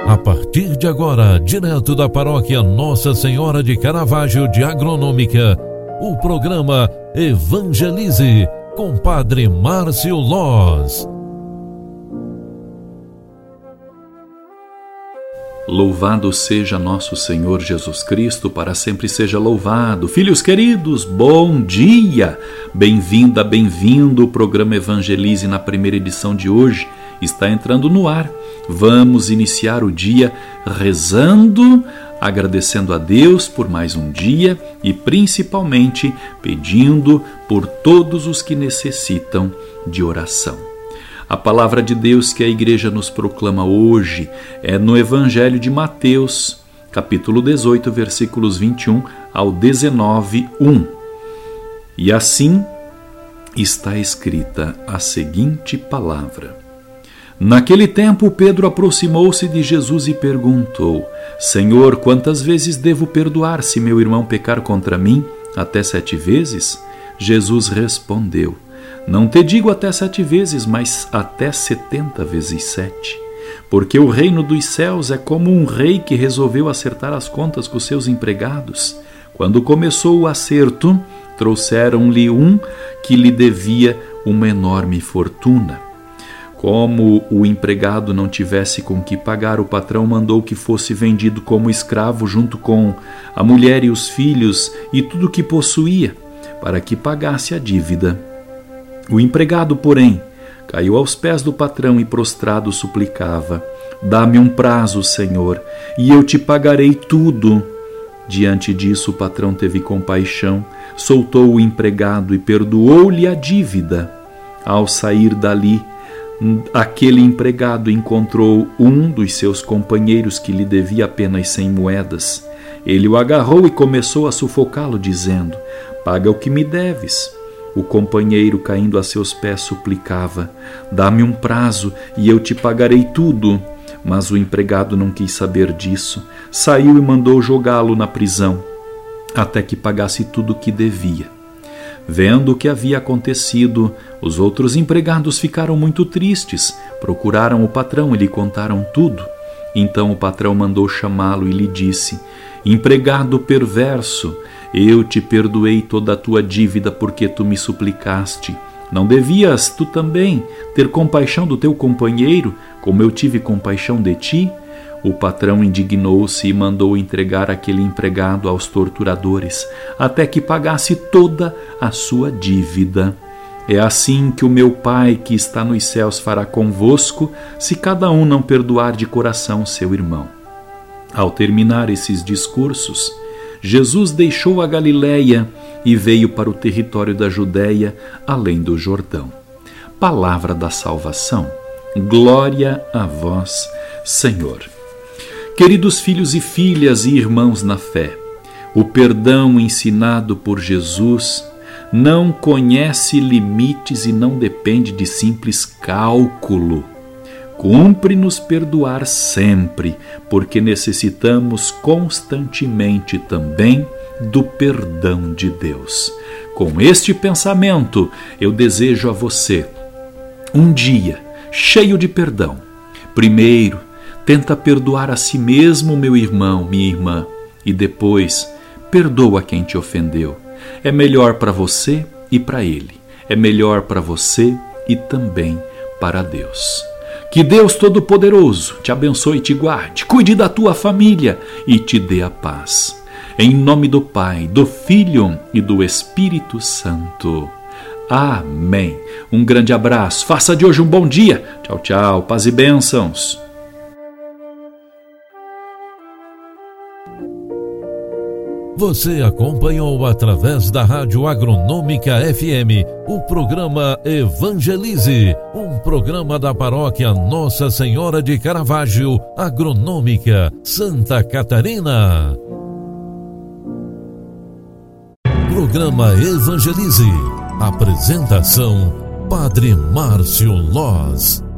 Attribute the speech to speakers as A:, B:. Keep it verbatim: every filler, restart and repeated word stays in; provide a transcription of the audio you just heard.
A: A partir de agora, direto da paróquia Nossa Senhora de Caravaggio de Agronômica, o programa Evangelize com Padre Márcio Loz.
B: Louvado seja nosso Senhor Jesus Cristo, para sempre seja louvado. Filhos queridos, bom dia! Bem-vinda, bem-vindo. O programa Evangelize na primeira edição de hoje está entrando no ar. Vamos iniciar o dia rezando, agradecendo a Deus por mais um dia e principalmente pedindo por todos os que necessitam de oração. A palavra de Deus que a igreja nos proclama hoje é no Evangelho de Mateus, capítulo dezoito, versículos vinte e um ao dezenove, um. E assim está escrita a seguinte palavra. Naquele tempo, Pedro aproximou-se de Jesus e perguntou: Senhor, quantas vezes devo perdoar se meu irmão pecar contra mim? Até sete vezes? Jesus respondeu: Não te digo até sete vezes, mas até setenta vezes sete. Porque o reino dos céus é como um rei que resolveu acertar as contas com seus empregados. Quando começou o acerto, trouxeram-lhe um que lhe devia uma enorme fortuna. Como o empregado não tivesse com que pagar, o patrão mandou que fosse vendido como escravo junto com a mulher e os filhos e tudo o que possuía, para que pagasse a dívida. O empregado, porém, caiu aos pés do patrão e prostrado suplicava: Dá-me um prazo, Senhor, e eu te pagarei tudo. Diante disso, o patrão teve compaixão, soltou o empregado e perdoou-lhe a dívida. Ao sair dali, aquele empregado encontrou um dos seus companheiros que lhe devia apenas cem moedas. Ele o agarrou e começou a sufocá-lo, dizendo: Paga o que me deves. O companheiro, caindo a seus pés, suplicava: Dá-me um prazo e eu te pagarei tudo. Mas o empregado não quis saber disso. Saiu e mandou jogá-lo na prisão, até que pagasse tudo o que devia. Vendo o que havia acontecido, os outros empregados ficaram muito tristes. Procuraram o patrão e lhe contaram tudo. Então o patrão mandou chamá-lo e lhe disse: Empregado perverso, eu te perdoei toda a tua dívida porque tu me suplicaste. Não devias tu também ter compaixão do teu companheiro, como eu tive compaixão de ti? O patrão indignou-se e mandou entregar aquele empregado aos torturadores, até que pagasse toda a sua dívida. É assim que o meu Pai que está nos céus fará convosco, se cada um não perdoar de coração seu irmão. Ao terminar esses discursos, Jesus deixou a Galileia e veio para o território da Judéia, além do Jordão. Palavra da salvação. Glória a vós, Senhor. Queridos filhos e filhas e irmãos na fé, o perdão ensinado por Jesus não conhece limites e não depende de simples cálculo. Cumpre-nos perdoar sempre, porque necessitamos constantemente também do perdão de Deus. Com este pensamento, eu desejo a você um dia cheio de perdão. Primeiro, tenta perdoar a si mesmo, meu irmão, minha irmã, e depois perdoa quem te ofendeu. É melhor para você e para ele. É melhor para você e também para Deus. Que Deus Todo-Poderoso te abençoe e te guarde, cuide da tua família e te dê a paz. Em nome do Pai, do Filho e do Espírito Santo. Amém. Um grande abraço. Faça de hoje um bom dia. Tchau, tchau. Paz e bênçãos.
A: Você acompanhou através da Rádio Agronômica F M o programa Evangelize, um programa da paróquia Nossa Senhora de Caravaggio, Agronômica, Santa Catarina. Programa Evangelize. Apresentação: Padre Márcio Loz.